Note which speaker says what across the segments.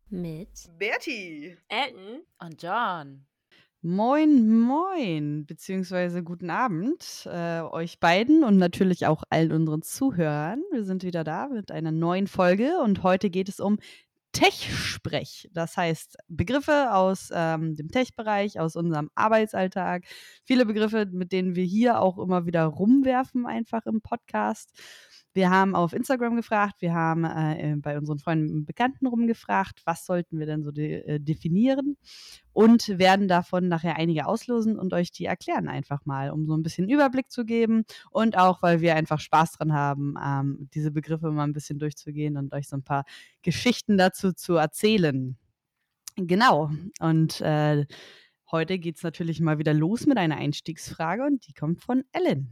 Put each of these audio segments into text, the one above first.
Speaker 1: mit
Speaker 2: Berti,
Speaker 1: Elton
Speaker 3: und John.
Speaker 4: Moin, moin, beziehungsweise guten Abend euch beiden und natürlich auch allen unseren Zuhörern. Wir sind wieder da mit einer neuen Folge und heute geht es um Tech-Sprech. Das heißt Begriffe aus dem Tech-Bereich, aus unserem Arbeitsalltag. Viele Begriffe, mit denen wir hier auch immer wieder rumwerfen, einfach im Podcast. Wir haben auf Instagram gefragt, wir haben bei unseren Freunden und Bekannten rumgefragt, was sollten wir denn so definieren und werden davon nachher einige auslosen und euch die erklären einfach mal, um so ein bisschen Überblick zu geben und auch, weil wir einfach Spaß dran haben, diese Begriffe mal ein bisschen durchzugehen und euch so ein paar Geschichten dazu zu erzählen. Genau, und heute geht es natürlich mal wieder los mit einer Einstiegsfrage und die kommt von Ellen.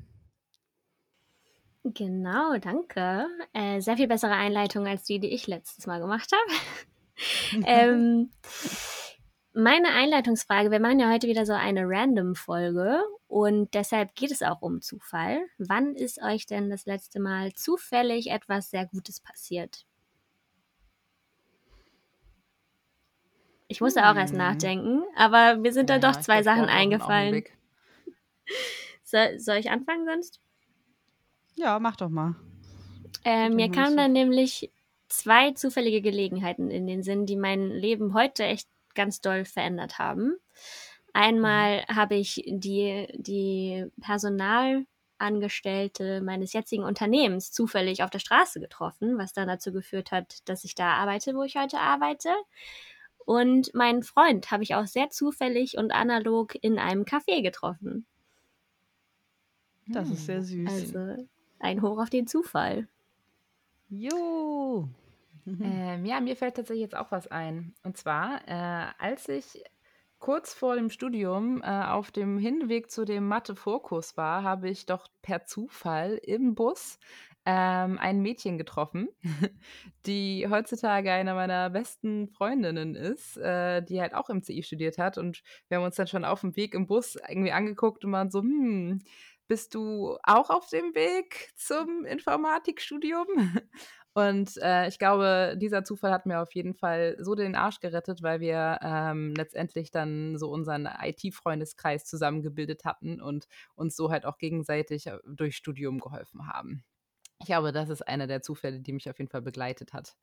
Speaker 1: Genau, danke. Sehr viel bessere Einleitung als die ich letztes Mal gemacht habe. Meine Einleitungsfrage, wir machen ja heute wieder so eine Random-Folge und deshalb geht es auch um Zufall. Wann ist euch denn das letzte Mal zufällig etwas sehr Gutes passiert? Ich musste auch erst nachdenken, aber mir sind dann doch zwei Sachen eingefallen. Soll ich anfangen sonst?
Speaker 4: Ja, mach doch mal.
Speaker 1: Mir kamen dann nämlich zwei zufällige Gelegenheiten in den Sinn, die mein Leben heute echt ganz doll verändert haben. Einmal habe ich die Personalangestellte meines jetzigen Unternehmens zufällig auf der Straße getroffen, was dann dazu geführt hat, dass ich da arbeite, wo ich heute arbeite. Und meinen Freund habe ich auch sehr zufällig und analog in einem Café getroffen.
Speaker 4: Das ist sehr süß.
Speaker 1: Also ein Hoch auf den Zufall.
Speaker 4: Jo.
Speaker 3: Ja, mir fällt tatsächlich jetzt auch was ein. Und zwar, als ich kurz vor dem Studium auf dem Hinweg zu dem Mathe-Vorkurs war, habe ich doch per Zufall im Bus ein Mädchen getroffen, die heutzutage eine meiner besten Freundinnen ist, die halt auch MCI studiert hat. Und wir haben uns dann schon auf dem Weg im Bus irgendwie angeguckt und waren so, bist du auch auf dem Weg zum Informatikstudium? Und ich glaube, dieser Zufall hat mir auf jeden Fall so den Arsch gerettet, weil wir letztendlich dann so unseren IT-Freundeskreis zusammengebildet hatten und uns so halt auch gegenseitig durch Studium geholfen haben. Ich glaube, das ist einer der Zufälle, die mich auf jeden Fall begleitet hat.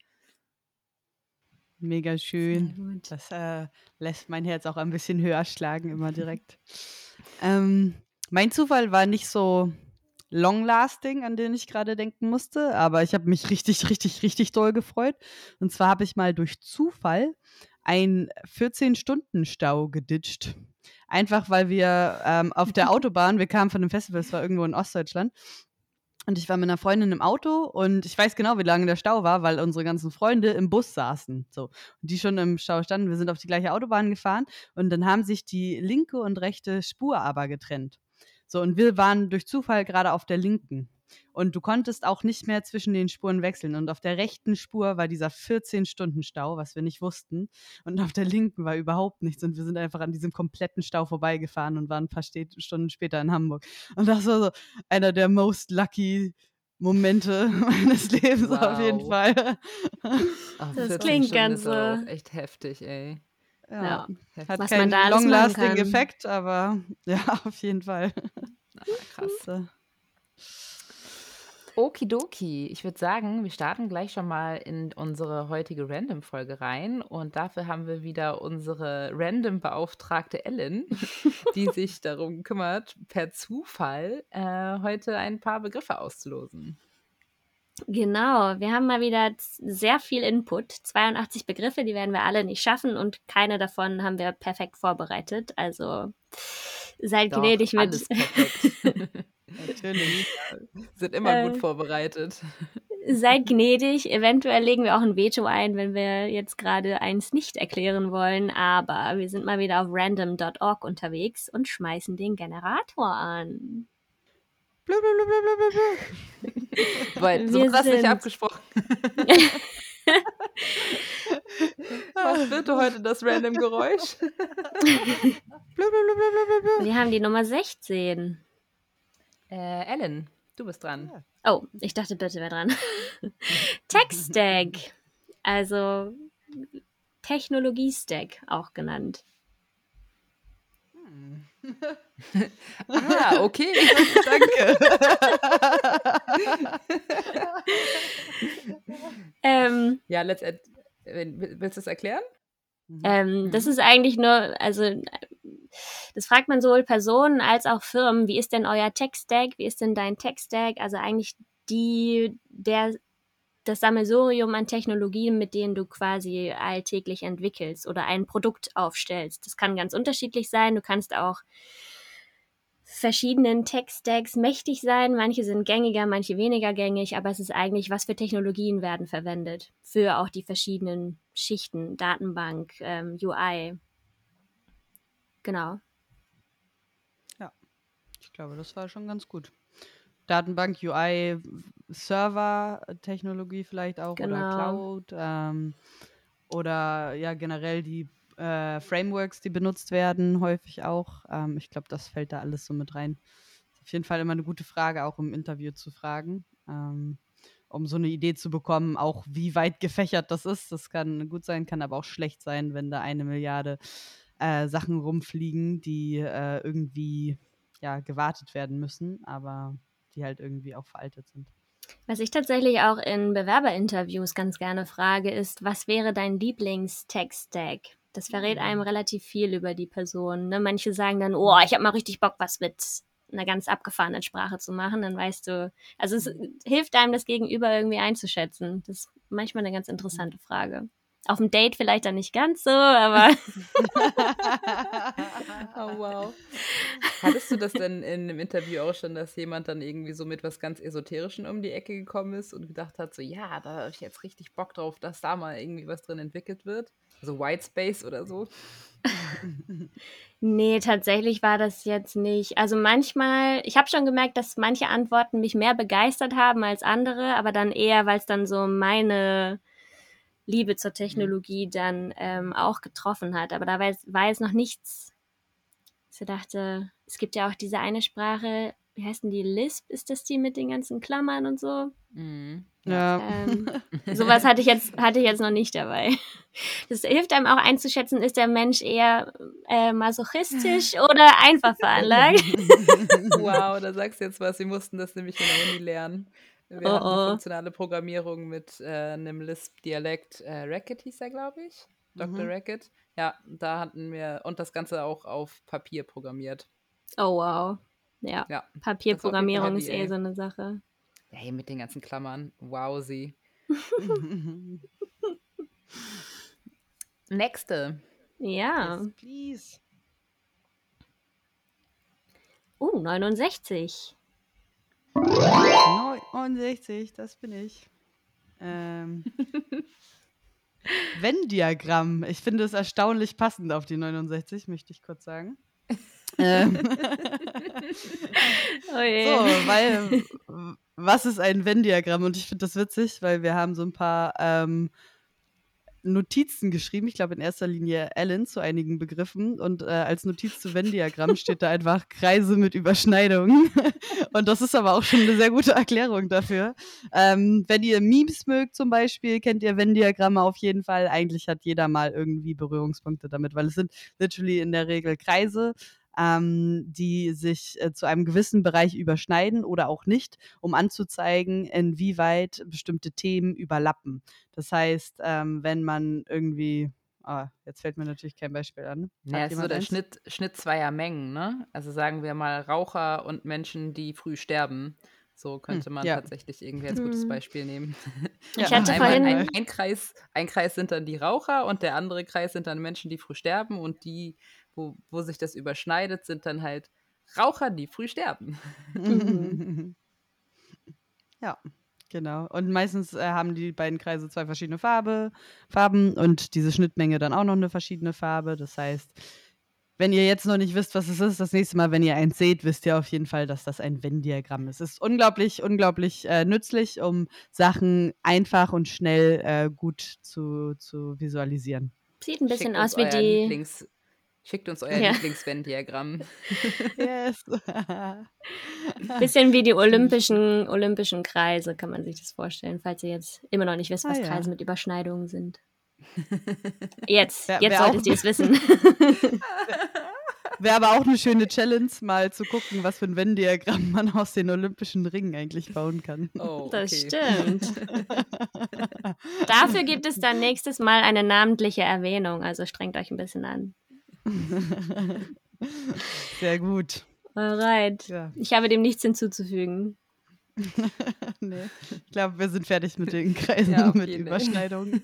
Speaker 4: Mega schön. Das lässt mein Herz auch ein bisschen höher schlagen, immer direkt. Mein Zufall war nicht so long-lasting, an den ich gerade denken musste, aber ich habe mich richtig, richtig, richtig doll gefreut. Und zwar habe ich mal durch Zufall einen 14-Stunden-Stau geditscht. Einfach, weil wir auf der Autobahn, wir kamen von einem Festival, es war irgendwo in Ostdeutschland, und ich war mit einer Freundin im Auto und ich weiß genau, wie lange der Stau war, weil unsere ganzen Freunde im Bus saßen. So. Und die schon im Stau standen. Wir sind auf die gleiche Autobahn gefahren und dann haben sich die linke und rechte Spur aber getrennt. So, und wir waren durch Zufall gerade auf der linken. Und du konntest auch nicht mehr zwischen den Spuren wechseln. Und auf der rechten Spur war dieser 14-Stunden-Stau, was wir nicht wussten. Und auf der linken war überhaupt nichts. Und wir sind einfach an diesem kompletten Stau vorbeigefahren und waren ein paar Stunden später in Hamburg. Und das war so einer der most lucky Momente meines Lebens auf jeden Fall.
Speaker 1: Das klingt ganz
Speaker 3: so. Echt heftig, ey.
Speaker 4: Ja. Hat
Speaker 1: was
Speaker 4: keinen
Speaker 1: man da alles machen
Speaker 4: long-lasting
Speaker 1: kann.
Speaker 4: Effekt, aber ja, auf jeden Fall.
Speaker 3: Krass. Okidoki. Ich würde sagen, wir starten gleich schon mal in unsere heutige Random-Folge rein. Und dafür haben wir wieder unsere Random-Beauftragte Ellen, die sich darum kümmert, per Zufall heute ein paar Begriffe auszulosen.
Speaker 1: Genau, wir haben mal wieder sehr viel Input. 82 Begriffe, die werden wir alle nicht schaffen und keine davon haben wir perfekt vorbereitet. Also seid gnädig mit.
Speaker 3: Alles perfekt.
Speaker 4: Natürlich.
Speaker 3: Sind immer gut vorbereitet.
Speaker 1: Seid gnädig. Eventuell legen wir auch ein Veto ein, wenn wir jetzt gerade eins nicht erklären wollen. Aber wir sind mal wieder auf random.org unterwegs und schmeißen den Generator an.
Speaker 3: Weil so war das nicht abgesprochen. Was wird heute das Random-Geräusch?
Speaker 1: Wir haben die Nummer 16.
Speaker 3: Ellen, du bist dran.
Speaker 1: Oh, ich dachte, bitte wäre dran. Tech-Stack. Also Technologie-Stack auch genannt.
Speaker 3: Ah, okay.
Speaker 4: Danke.
Speaker 3: Ja, willst du es erklären?
Speaker 1: Das ist eigentlich nur, also das fragt man sowohl Personen als auch Firmen, wie ist denn euer Tech-Stack, wie ist denn dein Tech-Stack, also eigentlich das Sammelsurium an Technologien, mit denen du quasi alltäglich entwickelst oder ein Produkt aufstellst. Das kann ganz unterschiedlich sein, du kannst auch verschiedenen Tech-Stacks mächtig sein. Manche sind gängiger, manche weniger gängig, aber es ist eigentlich, was für Technologien werden verwendet für auch die verschiedenen Schichten, Datenbank, UI. Genau.
Speaker 4: Ja, ich glaube, das war schon ganz gut. Datenbank, UI, Server-Technologie vielleicht auch oder
Speaker 1: Genau.
Speaker 4: Cloud oder ja generell die Frameworks, die benutzt werden, häufig auch. Ich glaube, das fällt da alles so mit rein. Ist auf jeden Fall immer eine gute Frage, auch im Interview zu fragen, um so eine Idee zu bekommen, auch wie weit gefächert das ist. Das kann gut sein, kann aber auch schlecht sein, wenn da 1 Milliarde Sachen rumfliegen, die irgendwie ja, gewartet werden müssen, aber die halt irgendwie auch veraltet sind.
Speaker 1: Was ich tatsächlich auch in Bewerberinterviews ganz gerne frage, ist, was wäre dein Lieblings-Tech-Stack? Das verrät einem relativ viel über die Person. Ne? Manche sagen dann, oh, ich habe mal richtig Bock, was mit einer ganz abgefahrenen Sprache zu machen. Dann weißt du, also es hilft einem, das Gegenüber irgendwie einzuschätzen. Das ist manchmal eine ganz interessante Frage. Auf dem Date vielleicht dann nicht ganz so, aber
Speaker 3: Oh, wow. Hattest du das denn in einem Interview auch schon, dass jemand dann irgendwie so mit was ganz Esoterischem um die Ecke gekommen ist und gedacht hat, so ja, da habe ich jetzt richtig Bock drauf, dass da mal irgendwie was drin entwickelt wird? Also White Space oder so?
Speaker 1: nee, tatsächlich war das jetzt nicht. Also manchmal, ich habe schon gemerkt, dass manche Antworten mich mehr begeistert haben als andere, aber dann eher, weil es dann so meine Liebe zur Technologie dann auch getroffen hat. Aber da war jetzt noch nichts. Ich dachte, es gibt ja auch diese eine Sprache, wie heißt denn die? Lisp? Ist das die mit den ganzen Klammern und so?
Speaker 3: Mhm.
Speaker 4: Ja.
Speaker 1: Sowas hatte ich jetzt noch nicht dabei. Das hilft einem auch einzuschätzen, ist der Mensch eher masochistisch oder einfach veranlagt.
Speaker 3: Wow, da sagst du jetzt was. Wir mussten das nämlich in der Uni lernen. Wir hatten funktionale Programmierung mit einem Lisp-Dialekt. Racket hieß er, glaube ich. Dr. Racket. Ja, da hatten wir, und das Ganze auch auf Papier programmiert.
Speaker 1: Oh, wow. Ja,
Speaker 3: Ja,
Speaker 1: Papierprogrammierung
Speaker 3: das
Speaker 1: ist
Speaker 3: war auf jeden Fall
Speaker 1: so eine Sache.
Speaker 3: Hey, mit den ganzen Klammern. Wow, sie. Nächste.
Speaker 1: Ja.
Speaker 4: Yes, please.
Speaker 1: 69.
Speaker 4: 69, das bin ich. Venn-Diagramm. Ich finde es erstaunlich passend auf die 69, möchte ich kurz sagen.
Speaker 1: Oh je.
Speaker 4: So, weil, was ist ein Venn-Diagramm? Und ich finde das witzig, weil wir haben so ein paar Notizen geschrieben, ich glaube in erster Linie Ellen zu einigen Begriffen und als Notiz zu Venn-Diagramm steht da einfach Kreise mit Überschneidungen und das ist aber auch schon eine sehr gute Erklärung dafür. Wenn ihr Memes mögt zum Beispiel, kennt ihr Venn-Diagramme auf jeden Fall. Eigentlich hat jeder mal irgendwie Berührungspunkte damit, weil es sind literally in der Regel Kreise, die sich zu einem gewissen Bereich überschneiden oder auch nicht, um anzuzeigen, inwieweit bestimmte Themen überlappen. Das heißt, wenn man irgendwie, jetzt fällt mir natürlich kein Beispiel an.
Speaker 3: Naja,
Speaker 4: Hat
Speaker 3: es ist so
Speaker 4: jemand
Speaker 3: der
Speaker 4: eins?
Speaker 3: Schnitt zweier Mengen, ne? Also sagen wir mal Raucher und Menschen, die früh sterben. So könnte man
Speaker 4: Ja.
Speaker 3: tatsächlich irgendwie als gutes Beispiel nehmen.
Speaker 1: Ich
Speaker 4: Ja,
Speaker 1: hatte
Speaker 4: auf
Speaker 3: Einmal
Speaker 1: vorhin,
Speaker 4: jeden Fall.
Speaker 3: ein Kreis sind dann die Raucher und der andere Kreis sind dann Menschen, die früh sterben und die, wo sich das überschneidet, sind dann halt Raucher, die früh sterben.
Speaker 4: Ja, genau. Und meistens haben die beiden Kreise zwei verschiedene Farben und diese Schnittmenge dann auch noch eine verschiedene Farbe. Das heißt, wenn ihr jetzt noch nicht wisst, was es ist, das nächste Mal, wenn ihr eins seht, wisst ihr auf jeden Fall, dass das ein Venn-Diagramm ist. Es ist unglaublich, unglaublich nützlich, um Sachen einfach und schnell gut zu visualisieren.
Speaker 1: sieht ein bisschen
Speaker 3: Schickt uns
Speaker 1: aus wie
Speaker 3: euer
Speaker 1: die,
Speaker 3: Schickt uns euer
Speaker 1: Ja.
Speaker 3: Lieblings-Venn-Diagramm.
Speaker 4: Yes.
Speaker 1: bisschen wie die olympischen Kreise, kann man sich das vorstellen, falls ihr jetzt immer noch nicht wisst, was
Speaker 4: Ja.
Speaker 1: Kreise mit Überschneidungen sind. Jetzt
Speaker 4: Wär
Speaker 1: solltest ihr es wissen.
Speaker 4: Wäre aber auch eine schöne Challenge, mal zu gucken, was für ein Venn-Diagramm man aus den Olympischen Ringen eigentlich bauen kann.
Speaker 3: Oh,
Speaker 1: Das
Speaker 3: okay.
Speaker 1: stimmt. Dafür gibt es dann nächstes Mal eine namentliche Erwähnung, also strengt euch ein bisschen an.
Speaker 4: Sehr gut.
Speaker 1: Alright.
Speaker 4: Ja.
Speaker 1: Ich habe dem nichts hinzuzufügen.
Speaker 4: Nee. Ich glaube, wir sind fertig mit den Kreisen,
Speaker 3: Ja,
Speaker 4: mit
Speaker 3: okay, ne.
Speaker 4: Überschneidungen.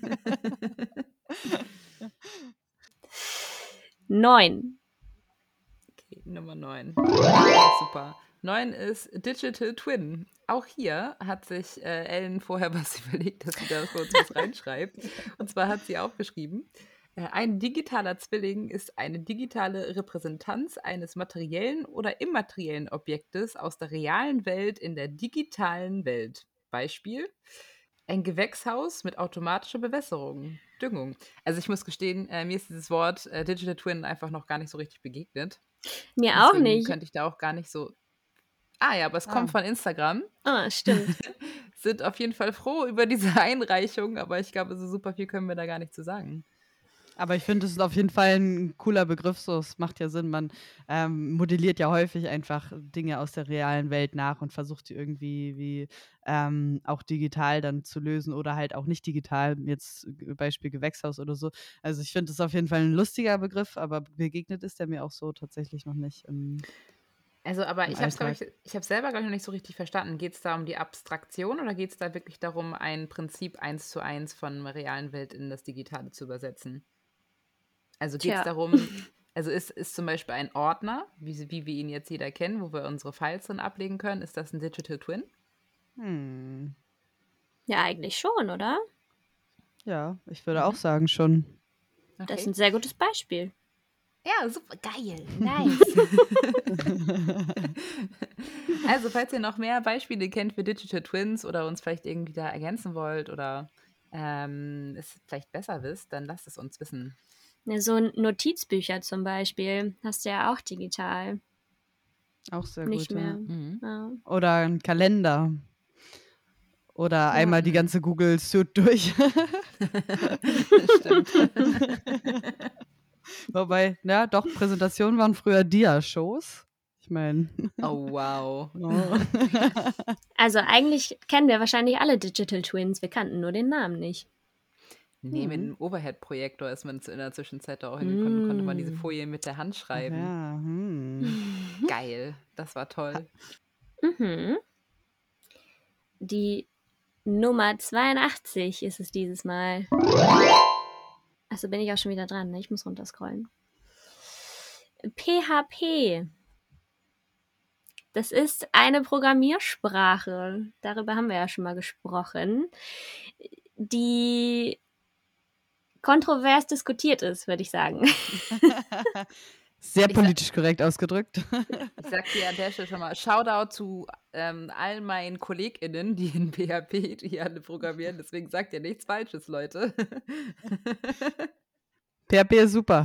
Speaker 1: 9.
Speaker 3: Okay, Nummer 9. Super. 9 ist Digital Twin. Auch hier hat sich Ellen vorher was überlegt, dass sie da für uns was reinschreibt. Und zwar hat sie aufgeschrieben, ein digitaler Zwilling ist eine digitale Repräsentanz eines materiellen oder immateriellen Objektes aus der realen Welt in der digitalen Welt. Beispiel: ein Gewächshaus mit automatischer Bewässerung, Düngung. Also ich muss gestehen, mir ist dieses Wort Digital Twin einfach noch gar nicht so richtig begegnet.
Speaker 1: Mir auch
Speaker 3: Deswegen
Speaker 1: nicht.
Speaker 3: könnte ich da auch gar nicht so. Ah ja, aber es kommt von Instagram.
Speaker 1: Ah, stimmt.
Speaker 3: Sind auf jeden Fall froh über diese Einreichung, aber ich glaube, so super viel können wir da gar nicht zu sagen.
Speaker 4: Aber ich finde, es ist auf jeden Fall ein cooler Begriff. So, es macht ja Sinn. Man modelliert ja häufig einfach Dinge aus der realen Welt nach und versucht die irgendwie auch digital dann zu lösen oder halt auch nicht digital. Jetzt Beispiel Gewächshaus oder so. Also ich finde es auf jeden Fall ein lustiger Begriff, aber begegnet ist der mir auch so tatsächlich noch nicht.
Speaker 3: Also, aber
Speaker 4: Im
Speaker 3: ich habe
Speaker 4: Alltag.
Speaker 3: ich habe selber gar noch nicht so richtig verstanden. Geht es da um die Abstraktion oder geht es da wirklich darum, ein Prinzip 1:1 von der realen Welt in das Digitale zu übersetzen? Also geht es
Speaker 1: Tja.
Speaker 3: darum, also ist zum Beispiel ein Ordner, wie wir ihn jetzt jeder kennen, wo wir unsere Files drin ablegen können, ist das ein Digital Twin?
Speaker 4: Hm.
Speaker 1: Ja, eigentlich schon, oder?
Speaker 4: Ja, ich würde auch sagen schon.
Speaker 1: Das ist
Speaker 3: Okay.
Speaker 1: ein sehr gutes Beispiel.
Speaker 3: Ja, super geil. Nice. Also, falls ihr noch mehr Beispiele kennt für Digital Twins oder uns vielleicht irgendwie da ergänzen wollt oder es vielleicht besser wisst, dann lasst es uns wissen.
Speaker 1: Ja, so Notizbücher zum Beispiel hast du ja auch digital.
Speaker 4: Auch sehr
Speaker 1: Nicht
Speaker 4: gut, ja.
Speaker 1: mehr. Ja.
Speaker 4: Oder ein Kalender. Oder einmal die ganze Google Suite durch.
Speaker 3: Stimmt.
Speaker 4: Wobei, ja, doch, Präsentationen waren früher Dia-Shows. Ich meine.
Speaker 3: Oh, wow.
Speaker 1: Also eigentlich kennen wir wahrscheinlich alle Digital Twins, wir kannten nur den Namen nicht.
Speaker 3: Nee, mit einem Overhead-Projektor ist man in der Zwischenzeit da auch hingekommen, konnte man diese Folien mit der Hand schreiben.
Speaker 4: Ja,
Speaker 3: Geil, das war toll.
Speaker 1: Mhm. Die Nummer 82 ist es dieses Mal. Achso, bin ich auch schon wieder dran, ne? Ich muss runterscrollen. PHP. Das ist eine Programmiersprache. Darüber haben wir ja schon mal gesprochen. Die kontrovers diskutiert ist, würde ich sagen.
Speaker 4: Sehr politisch korrekt ausgedrückt.
Speaker 3: Ich sag dir an der Stelle schon mal Shoutout zu all meinen KollegInnen, die in PHP die alle programmieren. Deswegen sagt ihr nichts Falsches, Leute.
Speaker 4: PHP ist super.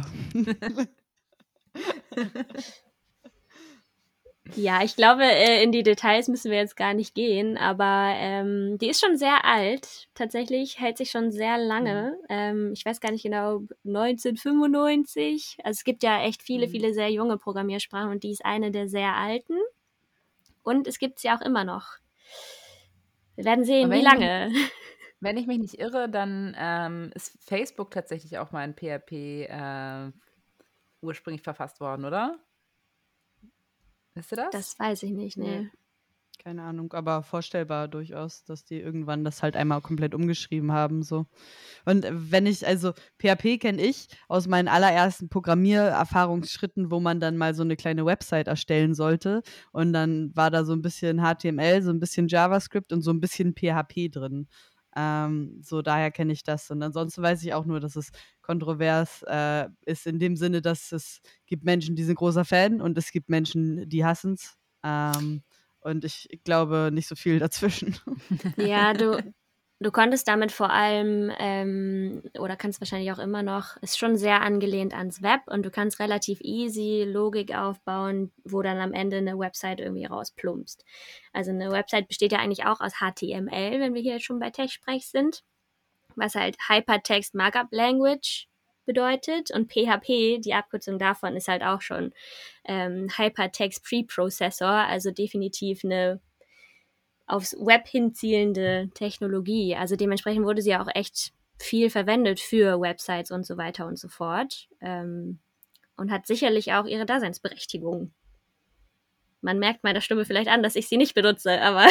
Speaker 1: Ja, ich glaube, in die Details müssen wir jetzt gar nicht gehen, aber die ist schon sehr alt. Tatsächlich hält sich schon sehr lange. Ich weiß gar nicht genau, 1995. Also es gibt ja echt viele sehr junge Programmiersprachen und die ist eine der sehr alten. Und es gibt sie auch immer noch. Wir werden sehen, wie lange.
Speaker 3: Wenn ich mich nicht irre, dann ist Facebook tatsächlich auch mal in PHP ursprünglich verfasst worden, oder? Wisst ihr das?
Speaker 1: Das weiß ich nicht, ne.
Speaker 4: Keine Ahnung, aber vorstellbar durchaus, dass die irgendwann das halt einmal komplett umgeschrieben haben. So. Und also PHP kenne ich aus meinen allerersten Programmiererfahrungsschritten, wo man dann mal so eine kleine Website erstellen sollte. Und dann war da so ein bisschen HTML, so ein bisschen JavaScript und so ein bisschen PHP drin. So daher kenne ich das. Und ansonsten weiß ich auch nur, dass es kontrovers ist in dem Sinne, dass es gibt Menschen, die sind großer Fan und es gibt Menschen, die hassen es. Und ich glaube nicht so viel dazwischen.
Speaker 1: Ja, du konntest damit vor allem, oder kannst wahrscheinlich auch immer noch, ist schon sehr angelehnt ans Web und du kannst relativ easy Logik aufbauen, wo dann am Ende eine Website irgendwie rausplumpst. Also eine Website besteht ja eigentlich auch aus HTML, wenn wir hier schon bei TechSprech sind. was halt Hypertext Markup Language bedeutet. Und PHP, die Abkürzung davon, ist halt auch schon Hypertext Preprocessor, also definitiv eine aufs Web hinzielende Technologie. Also dementsprechend wurde sie auch echt viel verwendet für Websites und so weiter und so fort. Und hat sicherlich auch ihre Daseinsberechtigung. Man merkt meiner Stimme vielleicht an, dass ich sie nicht benutze, aber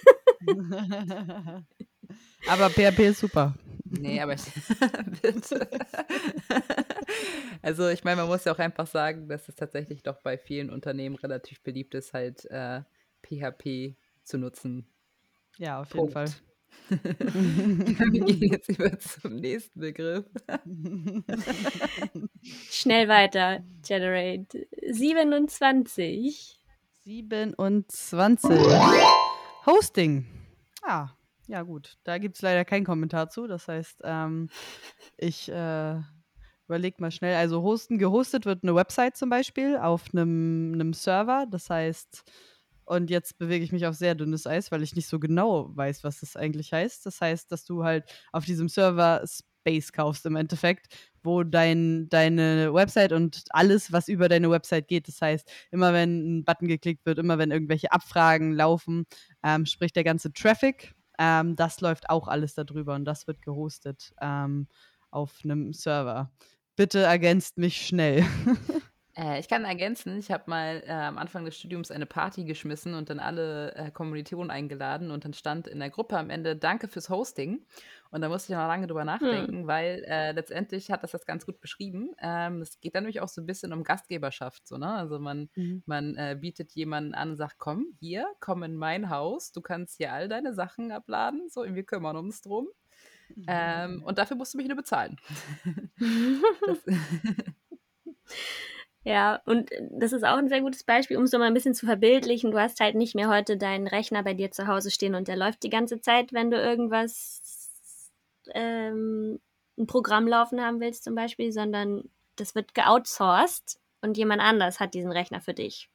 Speaker 4: Aber PHP ist super.
Speaker 3: Nee, aber bitte. Also ich meine, man muss ja auch einfach sagen, dass es tatsächlich doch bei vielen Unternehmen relativ beliebt ist, halt PHP zu nutzen.
Speaker 4: Ja, auf jeden Fall.
Speaker 3: Wir gehen jetzt über zum nächsten Begriff.
Speaker 1: schnell weiter. Generate 27.
Speaker 4: 27. Hosting. Ja gut. Da gibt es leider keinen Kommentar zu. Das heißt, ich überlege mal schnell. Also gehostet wird eine Website zum Beispiel auf einem Server. Das heißt, und jetzt bewege ich mich auf sehr dünnes Eis, weil ich nicht so genau weiß, was das eigentlich heißt. Das heißt, dass du halt auf diesem Server Space kaufst im Endeffekt, wo deine Website und alles, was über deine Website geht. Das heißt, immer wenn ein Button geklickt wird, immer wenn irgendwelche Abfragen laufen, sprich der ganze Traffic, das läuft auch alles darüber und das wird gehostet auf einem Server. Bitte ergänzt mich schnell.
Speaker 3: Ich kann ergänzen, ich habe mal am Anfang des Studiums eine Party geschmissen und dann alle Kommilitonen eingeladen und dann stand in der Gruppe am Ende Danke fürs Hosting. Und da musste ich noch lange drüber nachdenken, weil letztendlich hat das ganz gut beschrieben. Es geht dann nämlich auch so ein bisschen um Gastgeberschaft. So, ne? Also man bietet jemanden an und sagt, komm in mein Haus, du kannst hier all deine Sachen abladen, so, und wir kümmern uns drum. Und dafür musst du mich nur bezahlen.
Speaker 1: Ja, und das ist auch ein sehr gutes Beispiel, um es nochmal ein bisschen zu verbildlichen. Du hast halt nicht mehr heute deinen Rechner bei dir zu Hause stehen und der läuft die ganze Zeit, wenn du ein Programm laufen haben willst zum Beispiel, sondern das wird geoutsourced und jemand anders hat diesen Rechner für dich.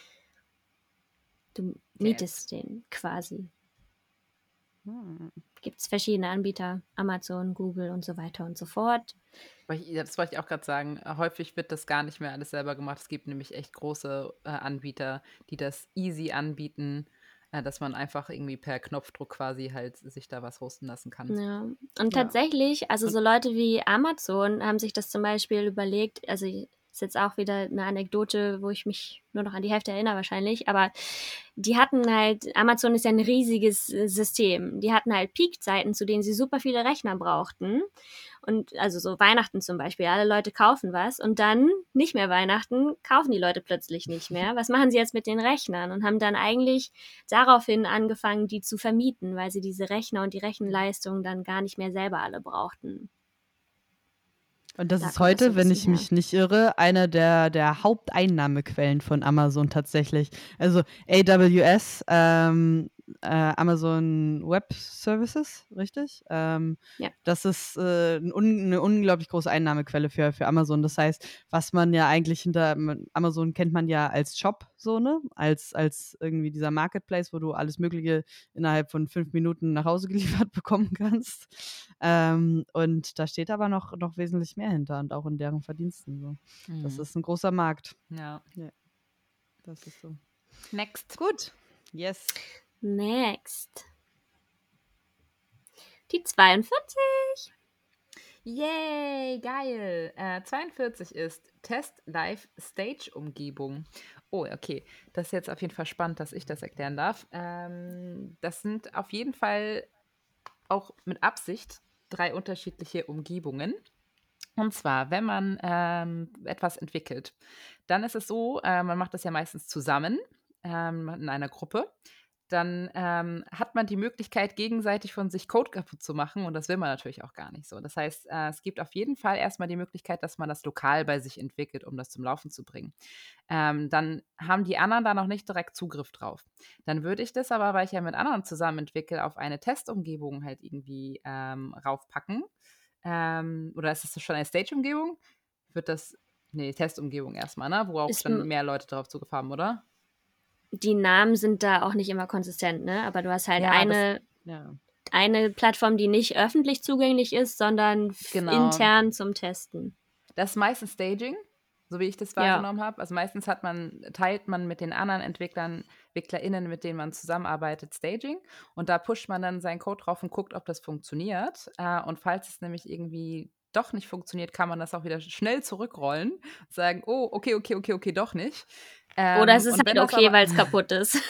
Speaker 1: Du mietest den quasi. Gibt es verschiedene Anbieter, Amazon, Google und so weiter und so fort.
Speaker 3: Das wollte ich auch gerade sagen. Häufig wird das gar nicht mehr alles selber gemacht. Es gibt nämlich echt große Anbieter, die das easy anbieten, dass man einfach irgendwie per Knopfdruck quasi halt sich da was hosten lassen kann.
Speaker 1: Ja, und tatsächlich, also so Leute wie Amazon haben sich das zum Beispiel überlegt, also ist jetzt auch wieder eine Anekdote, wo ich mich nur noch an die Hälfte erinnere wahrscheinlich, aber die hatten halt, Amazon ist ja ein riesiges System, die hatten halt Peakzeiten, zu denen sie super viele Rechner brauchten und also so Weihnachten zum Beispiel, alle Leute kaufen was und dann nicht mehr Weihnachten, kaufen die Leute plötzlich nicht mehr. Was machen sie jetzt mit den Rechnern? Und haben dann eigentlich daraufhin angefangen, die zu vermieten, weil sie diese Rechner und die Rechenleistung dann gar nicht mehr selber alle brauchten.
Speaker 4: Und das ist heute, wenn ich mich nicht irre, eine der Haupteinnahmequellen von Amazon tatsächlich. Also AWS, Amazon Web Services, richtig?
Speaker 1: Ja.
Speaker 4: Das ist eine unglaublich große Einnahmequelle für Amazon. Das heißt, was man ja eigentlich hinter Amazon kennt man ja als Shop, so, ne? Als irgendwie dieser Marketplace, wo du alles Mögliche innerhalb von 5 Minuten nach Hause geliefert bekommen kannst. Und da steht aber noch wesentlich mehr hinter und auch in deren Verdiensten. So. Das ist ein großer Markt.
Speaker 3: Ja.
Speaker 4: Das ist so.
Speaker 3: Next.
Speaker 4: Gut. Yes.
Speaker 1: Next. Die 42.
Speaker 3: Yay, geil. 42 ist Test Live Stage Umgebung. Oh, okay. Das ist jetzt auf jeden Fall spannend, dass ich das erklären darf. Das sind auf jeden Fall auch mit Absicht 3 unterschiedliche Umgebungen. Und zwar, wenn man etwas entwickelt, dann ist es so, man macht das ja meistens zusammen in einer Gruppe. Dann hat man die Möglichkeit, gegenseitig von sich Code kaputt zu machen und das will man natürlich auch gar nicht so. Das heißt, es gibt auf jeden Fall erstmal die Möglichkeit, dass man das lokal bei sich entwickelt, um das zum Laufen zu bringen. Dann haben die anderen da noch nicht direkt Zugriff drauf. Dann würde ich das aber, weil ich ja mit anderen zusammen entwickle, auf eine Testumgebung halt irgendwie raufpacken. Oder ist das schon eine Stage-Umgebung? Testumgebung erstmal, ne? Wo auch dann mehr Leute drauf Zugriff haben, oder?
Speaker 1: Die Namen sind da auch nicht immer konsistent, ne? Aber du hast halt eine Plattform, die nicht öffentlich zugänglich ist, sondern
Speaker 3: Genau.
Speaker 1: intern zum Testen.
Speaker 3: Das ist meistens Staging, so wie ich das wahrgenommen habe. Also meistens teilt man mit den anderen EntwicklerInnen, mit denen man zusammenarbeitet, Staging. Und da pusht man dann seinen Code drauf und guckt, ob das funktioniert. Und falls es nämlich irgendwie doch nicht funktioniert, kann man das auch wieder schnell zurückrollen und sagen, oh, okay, doch nicht.
Speaker 1: Oder es ist
Speaker 3: und
Speaker 1: halt
Speaker 3: wenn das
Speaker 1: okay,
Speaker 3: aber-
Speaker 1: weil es kaputt ist.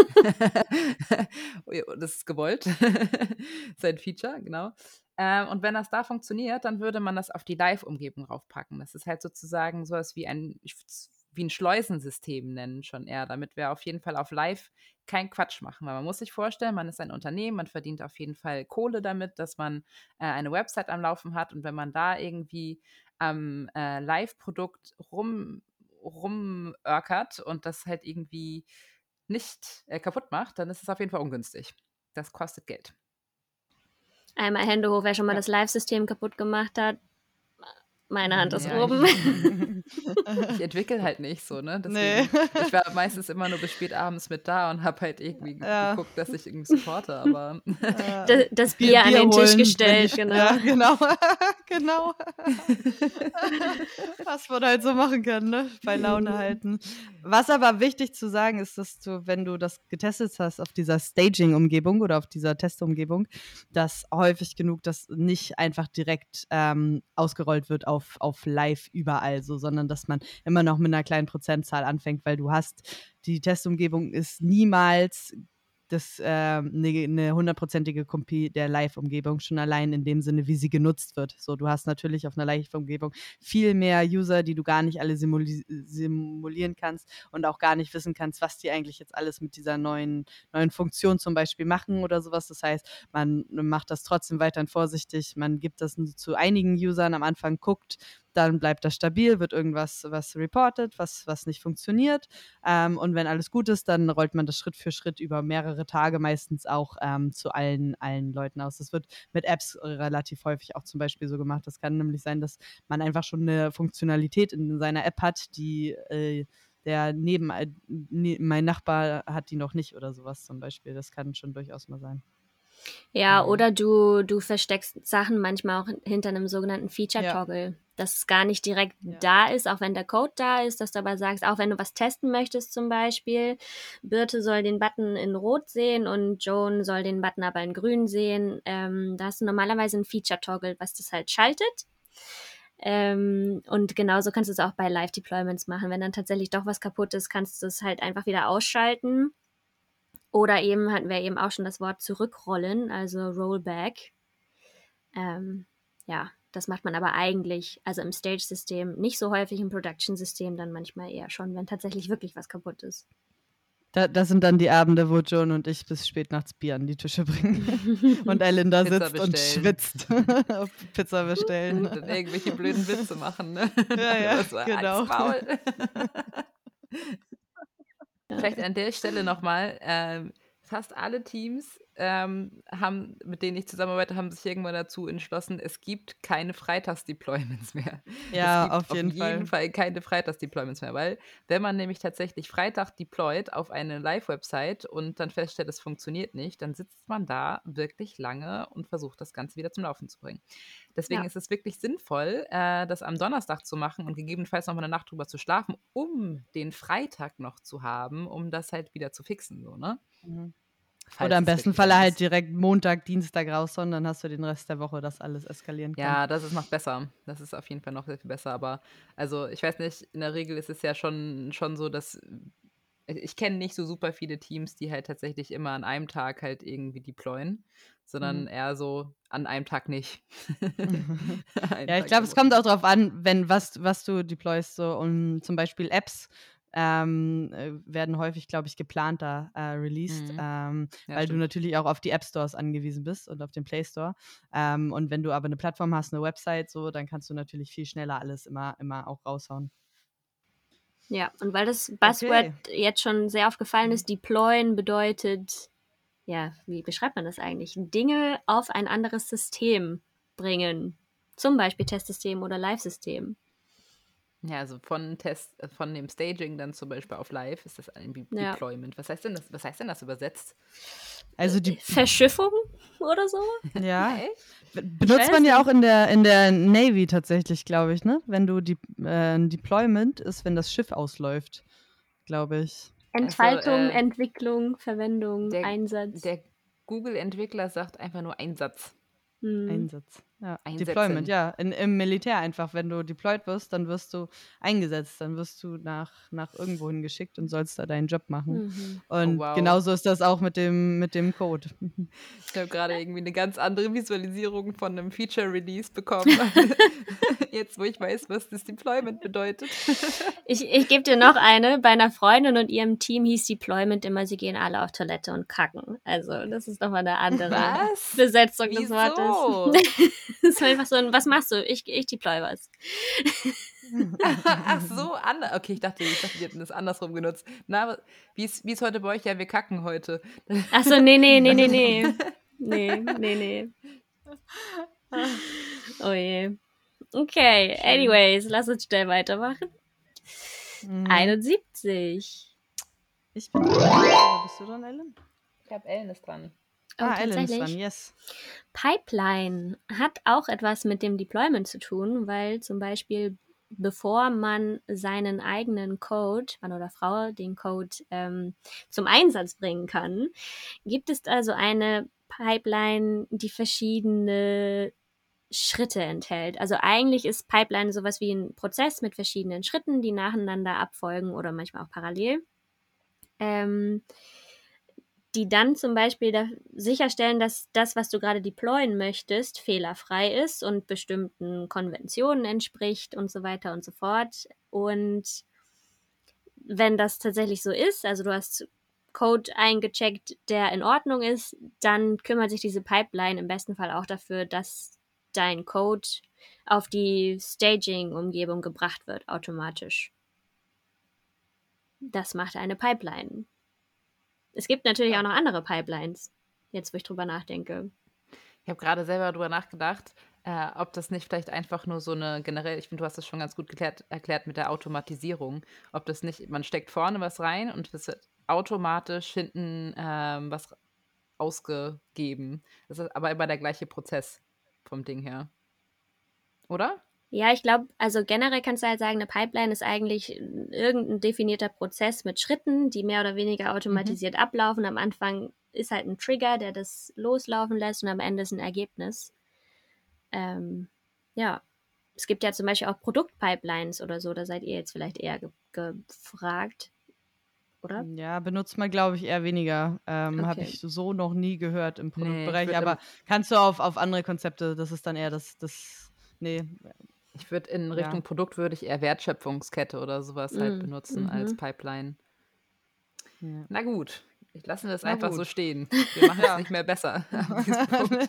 Speaker 3: Das ist gewollt. Sein Feature, genau. Und wenn das da funktioniert, dann würde man das auf die Live-Umgebung raufpacken. Das ist halt sozusagen sowas wie ein Schleusensystem nennen schon eher, damit wir auf jeden Fall auf Live keinen Quatsch machen. Weil man muss sich vorstellen, man ist ein Unternehmen, man verdient auf jeden Fall Kohle damit, dass man eine Website am Laufen hat. Und wenn man da irgendwie am Live-Produkt rumörkert und das halt irgendwie nicht kaputt macht, dann ist es auf jeden Fall ungünstig. Das kostet Geld.
Speaker 1: Einmal Hände hoch, wer schon mal
Speaker 3: Ja.
Speaker 1: das Live-System kaputt gemacht hat. Meine Hand ist
Speaker 3: Ja,
Speaker 1: oben.
Speaker 3: Ich entwickle halt nicht so, ne?
Speaker 4: Nee.
Speaker 3: Deswegen, ich war meistens immer nur bis spät abends mit da und habe halt irgendwie
Speaker 4: Ja.
Speaker 3: geguckt, dass ich irgendwie supporte, aber
Speaker 1: Das Bier an den Tisch
Speaker 4: holen, wenn
Speaker 1: gestellt,
Speaker 4: ich-
Speaker 1: genau.
Speaker 4: Ja, genau. Genau. Was man halt so machen kann, ne? Bei Laune halten. Was aber wichtig zu sagen ist, dass du, wenn du das getestet hast auf dieser Staging-Umgebung oder auf dieser Testumgebung, dass häufig genug das nicht einfach direkt ausgerollt wird auf live überall so, sondern dass man immer noch mit einer kleinen Prozentzahl anfängt, weil du hast, die Testumgebung ist niemals eine hundertprozentige Kopie der Live-Umgebung, schon allein in dem Sinne, wie sie genutzt wird. So, du hast natürlich auf einer Live-Umgebung viel mehr User, die du gar nicht alle simulieren kannst und auch gar nicht wissen kannst, was die eigentlich jetzt alles mit dieser neuen Funktion zum Beispiel machen oder sowas. Das heißt, man macht das trotzdem weiterhin vorsichtig, man gibt das zu einigen Usern am Anfang, guckt, dann bleibt das stabil, wird irgendwas reported, was nicht funktioniert. Und wenn alles gut ist, dann rollt man das Schritt für Schritt über mehrere Tage meistens auch zu allen Leuten aus. Das wird mit Apps relativ häufig auch zum Beispiel so gemacht. Das kann nämlich sein, dass man einfach schon eine Funktionalität in seiner App hat, die mein Nachbar hat die noch nicht oder sowas zum Beispiel. Das kann schon durchaus mal sein.
Speaker 1: Ja, oder du versteckst Sachen manchmal auch hinter einem sogenannten Feature-Toggle, dass es gar nicht direkt da ist, auch wenn der Code da ist, dass du aber sagst, auch wenn du was testen möchtest zum Beispiel, Birte soll den Button in Rot sehen und Joan soll den Button aber in Grün sehen. Da hast du normalerweise ein Feature-Toggle, was das halt schaltet. Und genauso kannst du es auch bei Live-Deployments machen. Wenn dann tatsächlich doch was kaputt ist, kannst du es halt einfach wieder ausschalten. Oder eben hatten wir eben auch schon das Wort zurückrollen, also Rollback. Ja, das macht man aber eigentlich, also im Stage-System nicht so häufig, im Production-System dann manchmal eher schon, wenn tatsächlich wirklich was kaputt ist.
Speaker 4: Das sind dann die Abende, wo Joan und ich bis spät nachts Bier an die Tische bringen und Elinda
Speaker 3: Pizza
Speaker 4: sitzt und
Speaker 3: bestellen.
Speaker 4: schwitzt. Pizza bestellen.
Speaker 3: Und dann irgendwelche blöden Witze machen, ne?
Speaker 4: Ja,
Speaker 3: Das war
Speaker 4: genau.
Speaker 3: als Maul. Vielleicht an der Stelle nochmal, fast alle Teams mit denen ich zusammenarbeite, haben sich irgendwann dazu entschlossen, es gibt keine Freitags-Deployments mehr.
Speaker 4: Ja,
Speaker 3: Es gibt
Speaker 4: auf jeden
Speaker 3: Fall keine Freitags-Deployments mehr, weil wenn man nämlich tatsächlich Freitag deployt auf eine Live-Website und dann feststellt, es funktioniert nicht, dann sitzt man da wirklich lange und versucht, das Ganze wieder zum Laufen zu bringen. Deswegen ist es wirklich sinnvoll, das am Donnerstag zu machen und gegebenenfalls noch mal eine Nacht drüber zu schlafen, um den Freitag noch zu haben, um das halt wieder zu fixen, so, ne?
Speaker 4: Oder im besten Falle halt direkt Montag, Dienstag raushauen, dann hast du den Rest der Woche, das alles eskalieren kann.
Speaker 3: Ja, das ist noch besser. Das ist auf jeden Fall noch sehr viel besser. Aber also ich weiß nicht, in der Regel ist es ja schon so, dass ich kenne nicht so super viele Teams, die halt tatsächlich immer an einem Tag halt irgendwie deployen, sondern eher so an einem Tag nicht.
Speaker 4: Ja, ich glaube, es kommt auch drauf an, wenn was du deployst, so und zum Beispiel Apps werden häufig, glaube ich, geplanter released, weil
Speaker 3: stimmt.
Speaker 4: du natürlich auch auf die App Stores angewiesen bist und auf den Play Store. Und wenn du aber eine Plattform hast, eine Website, so, dann kannst du natürlich viel schneller alles immer auch raushauen.
Speaker 1: Ja, und weil das Buzzword jetzt schon sehr aufgefallen ist, deployen bedeutet, ja, wie beschreibt man das eigentlich? Dinge auf ein anderes System bringen. Zum Beispiel Testsystem oder Live-System.
Speaker 3: Ja, also von dem Staging dann zum Beispiel auf Live ist das ein Deployment. Was heißt denn das übersetzt?
Speaker 4: Also die,
Speaker 1: Verschiffung oder so?
Speaker 4: ja,
Speaker 3: Echt?
Speaker 4: benutzt
Speaker 1: weiß
Speaker 4: man ja
Speaker 1: nicht.
Speaker 4: auch in der Navy tatsächlich, glaube ich, ne? Wenn du ein Deployment ist, wenn das Schiff ausläuft, glaube ich.
Speaker 1: Entfaltung, Entwicklung, Verwendung,
Speaker 3: der,
Speaker 1: Einsatz.
Speaker 3: der Google-Entwickler sagt einfach nur Einsatz.
Speaker 4: Einsatz. Ja.
Speaker 3: Einsetzen.
Speaker 4: Deployment, ja. Im Militär einfach, wenn du deployed wirst, dann wirst du eingesetzt, dann wirst du nach irgendwo hingeschickt und sollst da deinen Job machen. Und
Speaker 3: wow.
Speaker 4: genauso ist das auch mit dem Code.
Speaker 3: Ich habe gerade irgendwie eine ganz andere Visualisierung von einem Feature-Release bekommen. Jetzt, wo ich weiß, was das Deployment bedeutet.
Speaker 1: Ich gebe dir noch eine. Bei einer Freundin und ihrem Team hieß Deployment immer, sie gehen alle auf Toilette und kacken. Also, das ist nochmal eine andere
Speaker 3: Was?
Speaker 1: Besetzung des
Speaker 3: Wieso?
Speaker 1: Wortes. Das ist einfach so ein, was machst du? Ich deploy was.
Speaker 3: Ach so, okay, ich dachte, die hätten das andersrum genutzt. Na, wie ist heute bei euch? Ja, wir kacken heute.
Speaker 1: Ach so, nee. Nee. Oh je. Okay, anyways, lass uns schnell weitermachen. 71.
Speaker 4: Ich bin dran. Oder bist du dran, Ellen?
Speaker 3: Ich glaube, Ellen ist dran.
Speaker 1: Oh,
Speaker 4: Ellen ist dran,
Speaker 1: tatsächlich.
Speaker 4: yes.
Speaker 1: Pipeline hat auch etwas mit dem Deployment zu tun, weil zum Beispiel, bevor man seinen eigenen Code, Mann oder Frau, den Code zum Einsatz bringen kann, gibt es also eine Pipeline, die verschiedene Schritte enthält. Also eigentlich ist Pipeline sowas wie ein Prozess mit verschiedenen Schritten, die nacheinander abfolgen oder manchmal auch parallel. Die dann zum Beispiel sicherstellen, dass das, was du gerade deployen möchtest, fehlerfrei ist und bestimmten Konventionen entspricht und so weiter und so fort. Und wenn das tatsächlich so ist, also du hast Code eingecheckt, der in Ordnung ist, dann kümmert sich diese Pipeline im besten Fall auch dafür, dass dein Code auf die Staging-Umgebung gebracht wird, automatisch. Das macht eine Pipeline. Es gibt natürlich auch noch andere Pipelines, jetzt wo ich drüber nachdenke.
Speaker 3: Ich habe gerade selber drüber nachgedacht, ob das nicht vielleicht einfach nur so eine generell, ich finde, du hast das schon ganz gut erklärt mit der Automatisierung, ob das nicht, man steckt vorne was rein und es wird automatisch hinten was ausgegeben. Das ist aber immer der gleiche Prozess vom Ding her. Oder?
Speaker 1: Ja, ich glaube, also generell kannst du halt sagen, eine Pipeline ist eigentlich irgendein definierter Prozess mit Schritten, die mehr oder weniger automatisiert ablaufen. Am Anfang ist halt ein Trigger, der das loslaufen lässt und am Ende ist ein Ergebnis. Ja, es gibt ja zum Beispiel auch Produktpipelines oder so, da seid ihr jetzt vielleicht eher gefragt, oder?
Speaker 4: Ja, benutzt man, glaube ich, eher weniger. Habe
Speaker 1: Okay.
Speaker 4: ich so noch nie gehört im Produktbereich.
Speaker 3: würd
Speaker 4: Aber kannst du auf andere Konzepte, das ist dann eher nee.
Speaker 3: Ich würde in Richtung Produkt würde ich eher Wertschöpfungskette oder sowas halt benutzen als Pipeline.
Speaker 4: Ja.
Speaker 3: Na gut, ich lasse das
Speaker 4: Na
Speaker 3: einfach
Speaker 4: gut.
Speaker 3: so stehen. Wir machen es nicht mehr besser. an diesem Punkt.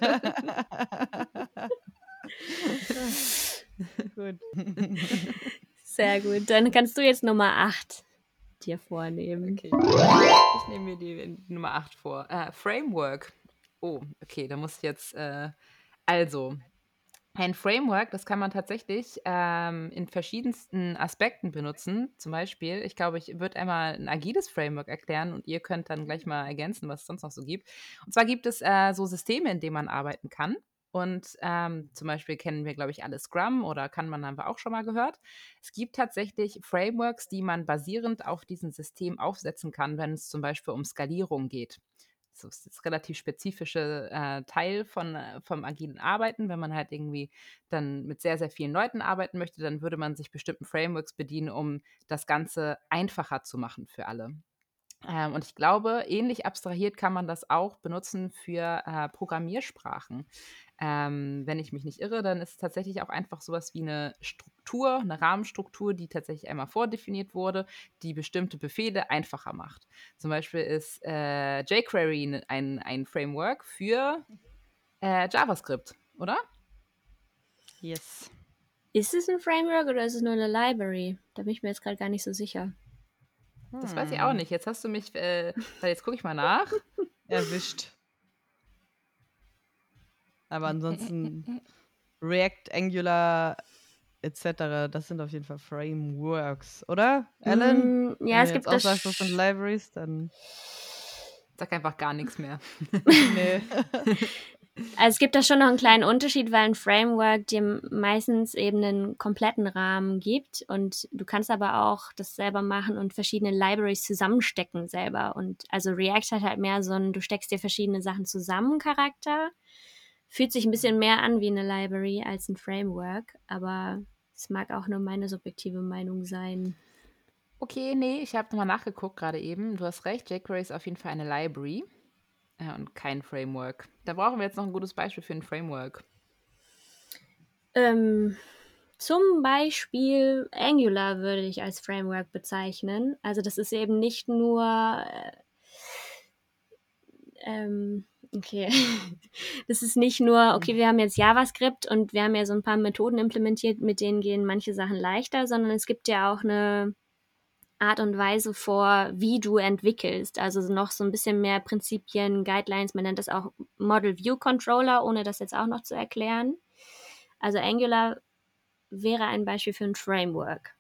Speaker 4: Gut.
Speaker 1: Sehr gut. Dann kannst du jetzt Nummer 8 dir vornehmen.
Speaker 3: Okay. Ich nehme mir die Nummer 8 vor. Framework. Oh, okay, da muss ich jetzt. Also, ein Framework, das kann man tatsächlich in verschiedensten Aspekten benutzen. Zum Beispiel, ich glaube, ich würde einmal ein agiles Framework erklären und ihr könnt dann gleich mal ergänzen, was es sonst noch so gibt. Und zwar gibt es so Systeme, in denen man arbeiten kann. Und zum Beispiel kennen wir, glaube ich, alle Scrum oder haben wir auch schon mal gehört. Es gibt tatsächlich Frameworks, die man basierend auf diesem System aufsetzen kann, wenn es zum Beispiel um Skalierung geht. Das ist relativ spezifische Teil vom agilen Arbeiten. Wenn man halt irgendwie dann mit sehr, sehr vielen Leuten arbeiten möchte, dann würde man sich bestimmten Frameworks bedienen, um das Ganze einfacher zu machen für alle. Und ich glaube, ähnlich abstrahiert kann man das auch benutzen für Programmiersprachen. Wenn ich mich nicht irre, dann ist es tatsächlich auch einfach sowas wie eine Struktur, eine Rahmenstruktur, die tatsächlich einmal vordefiniert wurde, die bestimmte Befehle einfacher macht. Zum Beispiel ist jQuery ein Framework für JavaScript, oder?
Speaker 4: Yes.
Speaker 1: Ist es ein Framework oder ist es nur eine Library? Da bin ich mir jetzt gerade gar nicht so sicher.
Speaker 3: Das weiß ich auch nicht. Jetzt hast du mich, jetzt gucke ich mal nach.
Speaker 4: Erwischt. Aber ansonsten React, Angular etc., das sind auf jeden Fall Frameworks, oder? Ellen?
Speaker 1: Ja,
Speaker 4: Wenn
Speaker 1: es
Speaker 4: du
Speaker 1: gibt
Speaker 4: jetzt auch sagst, das sind Libraries, dann.
Speaker 3: Sag einfach gar nichts mehr.
Speaker 4: Nee.
Speaker 1: Also es gibt da schon noch einen kleinen Unterschied, weil ein Framework dir meistens eben einen kompletten Rahmen gibt und du kannst aber auch das selber machen und verschiedene Libraries zusammenstecken selber. Und also React hat halt mehr so ein, du steckst dir verschiedene Sachen zusammen Charakter. Fühlt sich ein bisschen mehr an wie eine Library als ein Framework, aber es mag auch nur meine subjektive Meinung sein.
Speaker 3: Okay, nee, ich habe nochmal nachgeguckt gerade eben. Du hast recht, jQuery ist auf jeden Fall eine Library und kein Framework. Da brauchen wir jetzt noch ein gutes Beispiel für ein Framework.
Speaker 1: Zum Beispiel Angular würde ich als Framework bezeichnen. Also das ist eben nicht nur, okay, das ist nicht nur, okay, wir haben jetzt JavaScript und wir haben ja so ein paar Methoden implementiert, mit denen gehen manche Sachen leichter, sondern es gibt ja auch eine Art und Weise vor, wie du entwickelst. Also noch so ein bisschen mehr Prinzipien, Guidelines, man nennt das auch Model View Controller, ohne das jetzt auch noch zu erklären. Also Angular wäre ein Beispiel für ein Framework.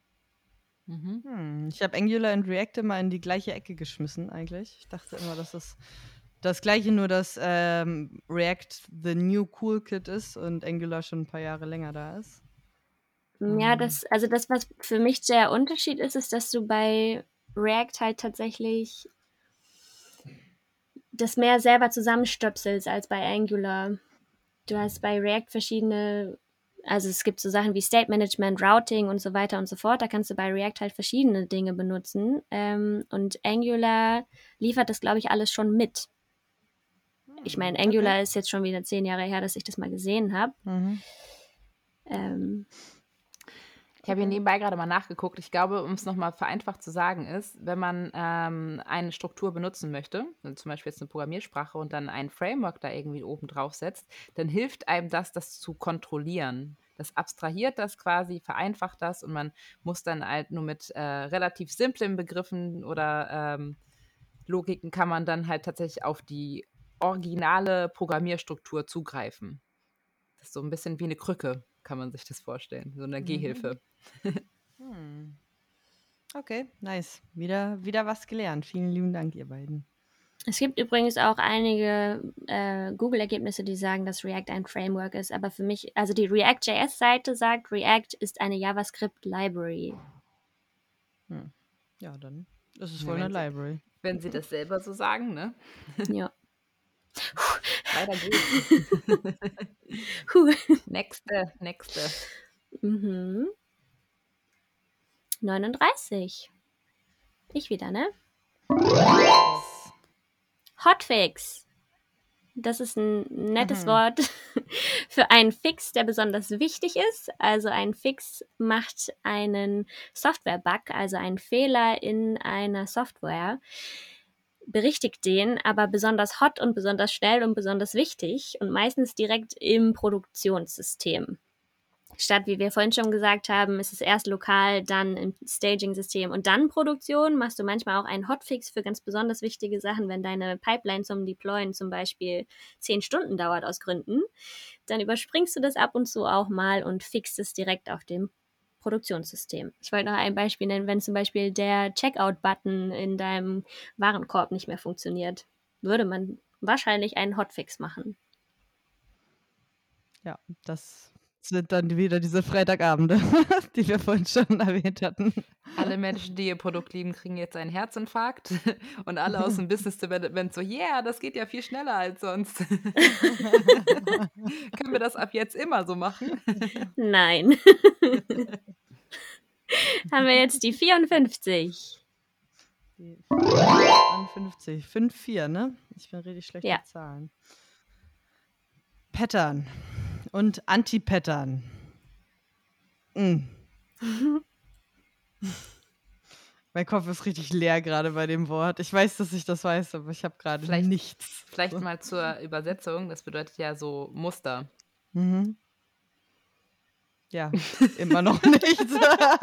Speaker 4: Ich habe Angular und React immer in die gleiche Ecke geschmissen eigentlich. Ich dachte immer, dass es das Gleiche, nur dass React the new cool kid ist und Angular schon ein paar Jahre länger da ist.
Speaker 1: Ja, das, was für mich der Unterschied ist, ist, dass du bei React halt tatsächlich das mehr selber zusammenstöpselst als bei Angular. Du hast bei React verschiedene, also es gibt so Sachen wie State Management, Routing und so weiter und so fort. Da kannst du bei React halt verschiedene Dinge benutzen. Und Angular liefert das, glaube ich, alles schon mit. Ich meine, Angular ist jetzt schon wieder 10 Jahre her, dass ich das mal gesehen habe.
Speaker 3: Ich habe hier nebenbei gerade mal nachgeguckt. Ich glaube, um es nochmal vereinfacht zu sagen, ist, wenn man eine Struktur benutzen möchte, also zum Beispiel jetzt eine Programmiersprache und dann ein Framework da irgendwie oben drauf setzt, dann hilft einem das zu kontrollieren. Das abstrahiert das quasi, vereinfacht das und man muss dann halt nur mit relativ simplen Begriffen oder Logiken kann man dann halt tatsächlich auf die originale Programmierstruktur zugreifen. Das ist so ein bisschen wie eine Krücke, kann man sich das vorstellen, so eine Gehhilfe.
Speaker 4: Okay, nice. Wieder was gelernt. Vielen lieben Dank, ihr beiden.
Speaker 1: Es gibt übrigens auch einige Google-Ergebnisse, die sagen, dass React ein Framework ist. Aber für mich, also die React.js-Seite sagt, React ist eine JavaScript-Library.
Speaker 4: Ja, dann ist es wohl eine Library.
Speaker 3: Wenn sie das selber so sagen, ne?
Speaker 1: Ja.
Speaker 3: Weiter geht's. Nächste.
Speaker 1: 39. Ich wieder, ne? Hotfix. Das ist ein nettes Wort für einen Fix, der besonders wichtig ist. Also ein Fix macht einen Software-Bug, also einen Fehler in einer Software, berichtigt den, aber besonders hot und besonders schnell und besonders wichtig und meistens direkt im Produktionssystem. Statt, wie wir vorhin schon gesagt haben, ist es erst lokal, dann im Staging-System und dann Produktion. Machst du manchmal auch einen Hotfix für ganz besonders wichtige Sachen, wenn deine Pipeline zum Deployen zum Beispiel 10 Stunden dauert aus Gründen. Dann überspringst du das ab und zu auch mal und fixst es direkt auf dem Produktionssystem. Ich wollte noch ein Beispiel nennen, wenn zum Beispiel der Checkout-Button in deinem Warenkorb nicht mehr funktioniert, würde man wahrscheinlich einen Hotfix machen.
Speaker 4: Ja, das sind dann wieder diese Freitagabende, die wir vorhin schon erwähnt hatten.
Speaker 3: Alle Menschen, die ihr Produkt lieben, kriegen jetzt einen Herzinfarkt und alle aus dem Business Development so, yeah, das geht ja viel schneller als sonst. Können wir das ab jetzt immer so machen?
Speaker 1: Nein. Haben wir jetzt die 54.
Speaker 4: Die 54. 5-4, ne? Ich bin richtig schlecht mit Zahlen. Pattern und Anti-Pattern. Mein Kopf ist richtig leer gerade bei dem Wort. Ich weiß, dass ich das weiß, aber ich habe gerade nichts.
Speaker 3: Vielleicht mal zur Übersetzung. Das bedeutet ja so Muster.
Speaker 4: Ja, immer noch nichts.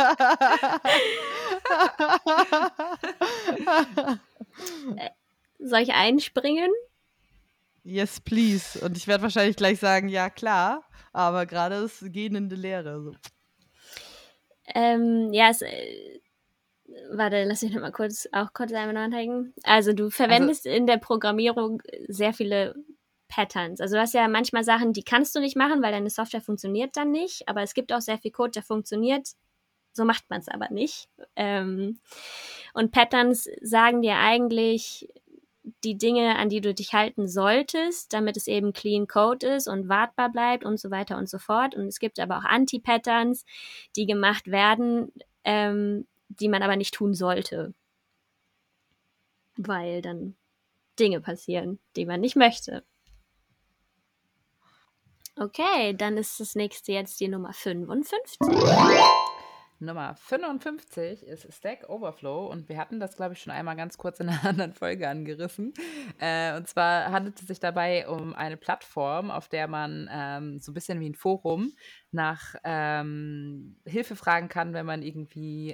Speaker 1: Soll ich einspringen?
Speaker 4: Yes, please. Und ich werde wahrscheinlich gleich sagen, ja klar, aber gerade ist gähnende Leere. So.
Speaker 1: Ja, Warte, lass mich noch mal kurz einmal nachdenken. Also du verwendest in der Programmierung sehr viele Patterns. Also du hast ja manchmal Sachen, die kannst du nicht machen, weil deine Software funktioniert dann nicht. Aber es gibt auch sehr viel Code, der funktioniert. So macht man es aber nicht. Und Patterns sagen dir eigentlich die Dinge, an die du dich halten solltest, damit es eben clean Code ist und wartbar bleibt und so weiter und so fort. Und es gibt aber auch Anti-Patterns, die gemacht werden, die man aber nicht tun sollte, weil dann Dinge passieren, die man nicht möchte. Okay, dann ist das nächste jetzt die Nummer 55.
Speaker 3: Nummer 55 ist Stack Overflow und wir hatten das, glaube ich, schon einmal ganz kurz in einer anderen Folge angerissen. Und zwar handelt es sich dabei um eine Plattform, auf der man so ein bisschen wie ein Forum nach Hilfe fragen kann, wenn man irgendwie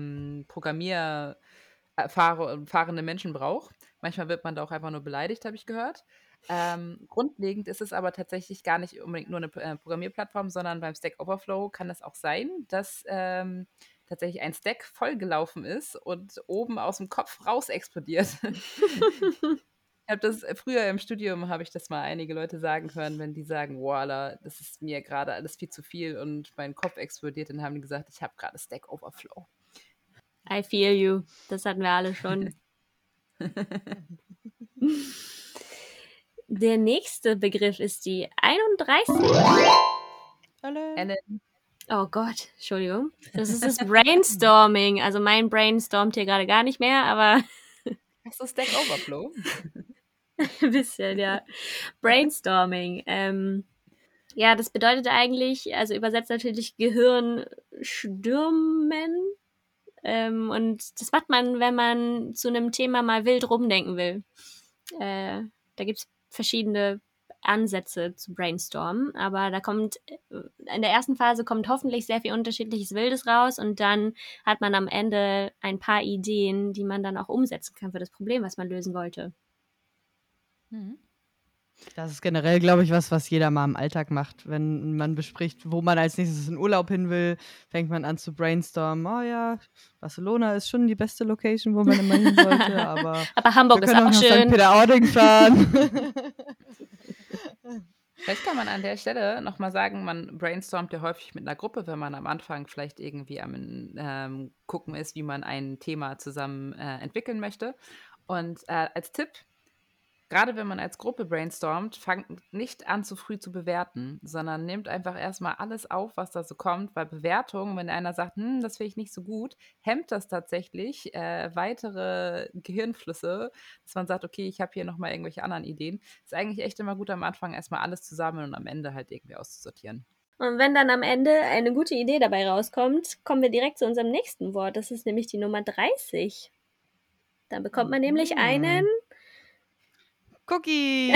Speaker 3: erfahrene Menschen braucht. Manchmal wird man da auch einfach nur beleidigt, habe ich gehört. Grundlegend ist es aber tatsächlich gar nicht unbedingt nur eine Programmierplattform, sondern beim Stack Overflow kann es auch sein, dass tatsächlich ein Stack vollgelaufen ist und oben aus dem Kopf raus explodiert. Ich habe das früher im Studium, habe ich das mal einige Leute sagen hören, wenn die sagen, voila, das ist mir gerade alles viel zu viel und mein Kopf explodiert, dann haben die gesagt, ich habe gerade Stack Overflow.
Speaker 1: I feel you. Das hatten wir alle schon. Der nächste Begriff ist die 31.
Speaker 3: Hallo.
Speaker 1: Oh Gott, Entschuldigung. Das ist das Brainstorming. Also mein Brain stormt hier gerade gar nicht mehr, aber
Speaker 3: Hast du Stack Overflow?
Speaker 1: ein bisschen, ja. Brainstorming. Ja, das bedeutet eigentlich, also übersetzt natürlich Gehirnstürmen. Und das macht man, wenn man zu einem Thema mal wild rumdenken will. Da gibt es verschiedene Ansätze zu brainstormen, aber da kommt in der ersten Phase kommt hoffentlich sehr viel unterschiedliches Wildes raus und dann hat man am Ende ein paar Ideen, die man dann auch umsetzen kann für das Problem, was man lösen wollte.
Speaker 4: Das ist generell, glaube ich, was jeder mal im Alltag macht. Wenn man bespricht, wo man als nächstes in Urlaub hin will, fängt man an zu brainstormen. Oh ja, Barcelona ist schon die beste Location, wo man immer hin sollte, aber
Speaker 1: Hamburg
Speaker 4: wir
Speaker 1: ist
Speaker 4: können
Speaker 1: auch
Speaker 4: auch nach
Speaker 1: schön.
Speaker 4: St. Peter-Ording fahren.
Speaker 3: Vielleicht kann man an der Stelle nochmal sagen, man brainstormt ja häufig mit einer Gruppe, wenn man am Anfang vielleicht irgendwie am Gucken ist, wie man ein Thema zusammen entwickeln möchte. Und als Tipp, gerade wenn man als Gruppe brainstormt, fangt nicht an, zu früh zu bewerten, sondern nehmt einfach erstmal alles auf, was da so kommt, weil Bewertung, wenn einer sagt, das finde ich nicht so gut, hemmt das tatsächlich weitere Gehirnflüsse, dass man sagt, okay, ich habe hier nochmal irgendwelche anderen Ideen. Ist eigentlich echt immer gut, am Anfang erstmal alles zu sammeln und am Ende halt irgendwie auszusortieren.
Speaker 1: Und wenn dann am Ende eine gute Idee dabei rauskommt, kommen wir direkt zu unserem nächsten Wort. Das ist nämlich die Nummer 30. Dann bekommt man nämlich einen
Speaker 4: Cookie!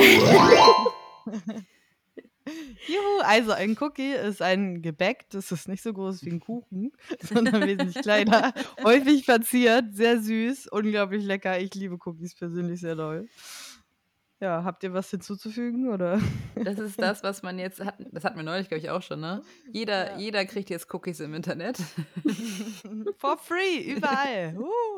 Speaker 4: Juhu, also ein Cookie ist ein Gebäck, das ist nicht so groß wie ein Kuchen, sondern wesentlich kleiner, häufig verziert, sehr süß, unglaublich lecker. Ich liebe Cookies persönlich sehr doll. Ja, habt ihr was hinzuzufügen, oder?
Speaker 3: Das ist das, was man jetzt hat. Das hatten wir neulich, glaube ich, auch schon, ne? Jeder kriegt jetzt Cookies im Internet.
Speaker 4: For free, überall.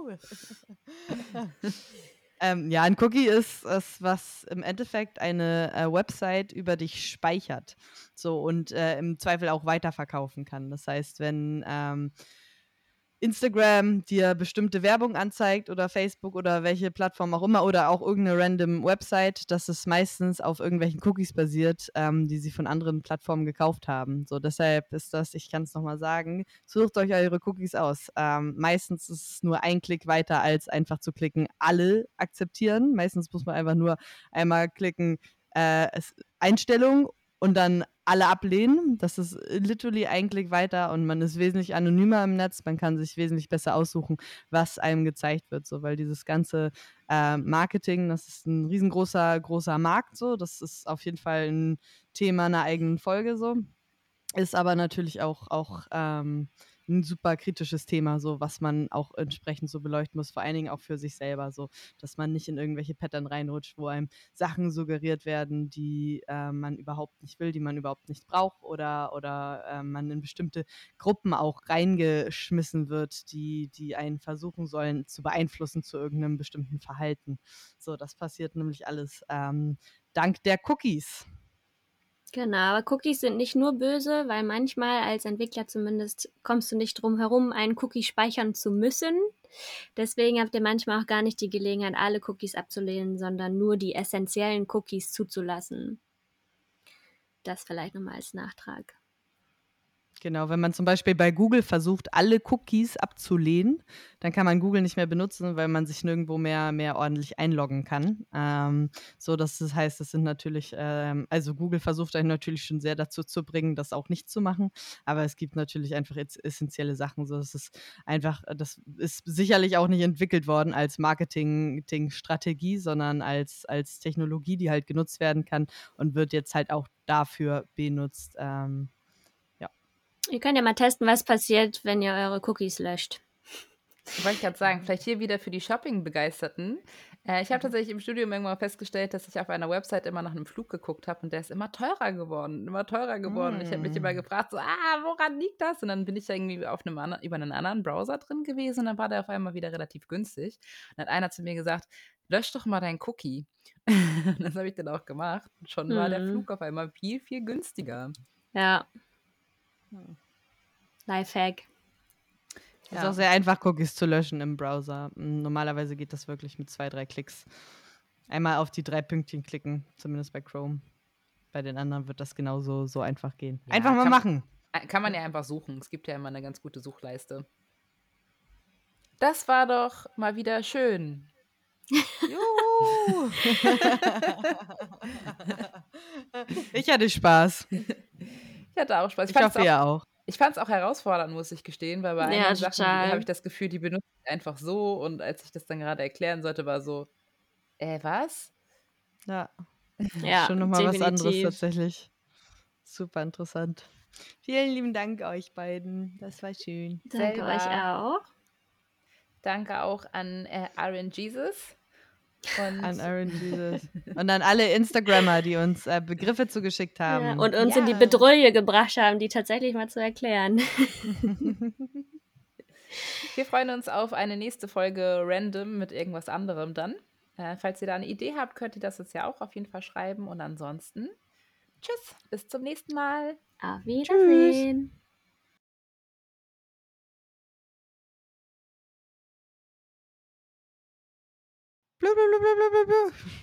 Speaker 4: Ja, ein Cookie ist es, was im Endeffekt eine Website über dich speichert. So und im Zweifel auch weiterverkaufen kann. Das heißt, wenn Instagram dir bestimmte Werbung anzeigt oder Facebook oder welche Plattform auch immer oder auch irgendeine random Website, dass es meistens auf irgendwelchen Cookies basiert, die sie von anderen Plattformen gekauft haben. So, deshalb ist das, ich kann es nochmal sagen, sucht euch eure Cookies aus. Meistens ist es nur ein Klick weiter, als einfach zu klicken, alle akzeptieren. Meistens muss man einfach nur einmal klicken, Einstellung und dann alle ablehnen. Das ist literally ein Klick weiter und man ist wesentlich anonymer im Netz. Man kann sich wesentlich besser aussuchen, was einem gezeigt wird. So, weil dieses ganze Marketing, das ist ein riesengroßer Markt. So. Das ist auf jeden Fall ein Thema einer eigenen Folge. So. Ist aber natürlich auch ein super kritisches Thema, so was man auch entsprechend so beleuchten muss, vor allen Dingen auch für sich selber, so dass man nicht in irgendwelche Pattern reinrutscht, wo einem Sachen suggeriert werden, die man überhaupt nicht will, die man überhaupt nicht braucht oder man in bestimmte Gruppen auch reingeschmissen wird, die einen versuchen sollen zu beeinflussen zu irgendeinem bestimmten Verhalten. So, das passiert nämlich alles dank der Cookies.
Speaker 1: Genau, aber Cookies sind nicht nur böse, weil manchmal als Entwickler zumindest kommst du nicht drum herum, einen Cookie speichern zu müssen. Deswegen habt ihr manchmal auch gar nicht die Gelegenheit, alle Cookies abzulehnen, sondern nur die essentiellen Cookies zuzulassen. Das vielleicht nochmal als Nachtrag.
Speaker 4: Genau, wenn man zum Beispiel bei Google versucht, alle Cookies abzulehnen, dann kann man Google nicht mehr benutzen, weil man sich nirgendwo mehr ordentlich einloggen kann. So, das heißt, das sind natürlich, also Google versucht einen natürlich schon sehr dazu zu bringen, das auch nicht zu machen, aber es gibt natürlich einfach essentielle Sachen. So, das ist sicherlich auch nicht entwickelt worden als Marketing-Strategie, sondern als Technologie, die halt genutzt werden kann und wird jetzt halt auch dafür benutzt.
Speaker 1: Ihr könnt ja mal testen, was passiert, wenn ihr eure Cookies löscht.
Speaker 3: Wollte ich gerade sagen, vielleicht hier wieder für die Shopping-Begeisterten. Ich habe tatsächlich im Studium irgendwann festgestellt, dass ich auf einer Website immer nach einem Flug geguckt habe und der ist immer teurer geworden, immer teurer geworden. Und ich habe mich immer gefragt, so, woran liegt das? Und dann bin ich da irgendwie über einen anderen Browser drin gewesen und dann war der auf einmal wieder relativ günstig. Und dann hat einer zu mir gesagt, lösch doch mal deinen Cookie. Das habe ich dann auch gemacht. Und schon war der Flug auf einmal viel, viel günstiger.
Speaker 1: Ja. Lifehack.
Speaker 4: Es ist auch sehr einfach, Cookies zu löschen im Browser. Normalerweise geht das wirklich mit 2, 3 Klicks. Einmal auf die 3 Pünktchen klicken, zumindest bei Chrome. Bei den anderen wird das genauso so einfach gehen.
Speaker 3: Ja,
Speaker 4: einfach mal machen.
Speaker 3: Kann man ja einfach suchen. Es gibt ja immer eine ganz gute Suchleiste. Das war doch mal wieder schön.
Speaker 4: Juhu! Ich hatte Spaß.
Speaker 3: Ich hatte auch Spaß.
Speaker 4: Ich hoffe, ihr auch.
Speaker 3: Ich fand es auch herausfordernd, muss ich gestehen, weil bei einigen Sachen
Speaker 1: total.
Speaker 3: habe ich das Gefühl, die benutze ich einfach so und als ich das dann gerade erklären sollte, war so, was?
Speaker 4: Ja,
Speaker 1: Ja,
Speaker 4: schon nochmal was anderes
Speaker 1: definitiv.
Speaker 4: tatsächlich. Super interessant. Vielen lieben Dank euch beiden. Das war schön.
Speaker 1: Danke euch auch.
Speaker 3: Danke auch an Aaron Jesus.
Speaker 4: An Aaron Jesus. Und an alle Instagrammer, die uns Begriffe zugeschickt haben.
Speaker 1: Ja, und uns in die Bedrohung gebracht haben, die tatsächlich mal zu erklären.
Speaker 3: Wir freuen uns auf eine nächste Folge Random mit irgendwas anderem dann. Falls ihr da eine Idee habt, könnt ihr das uns ja auch auf jeden Fall schreiben. Und ansonsten, tschüss, bis zum nächsten Mal.
Speaker 1: Auf Wiedersehen.
Speaker 4: Blub, blub, blub, blub, blub, blub.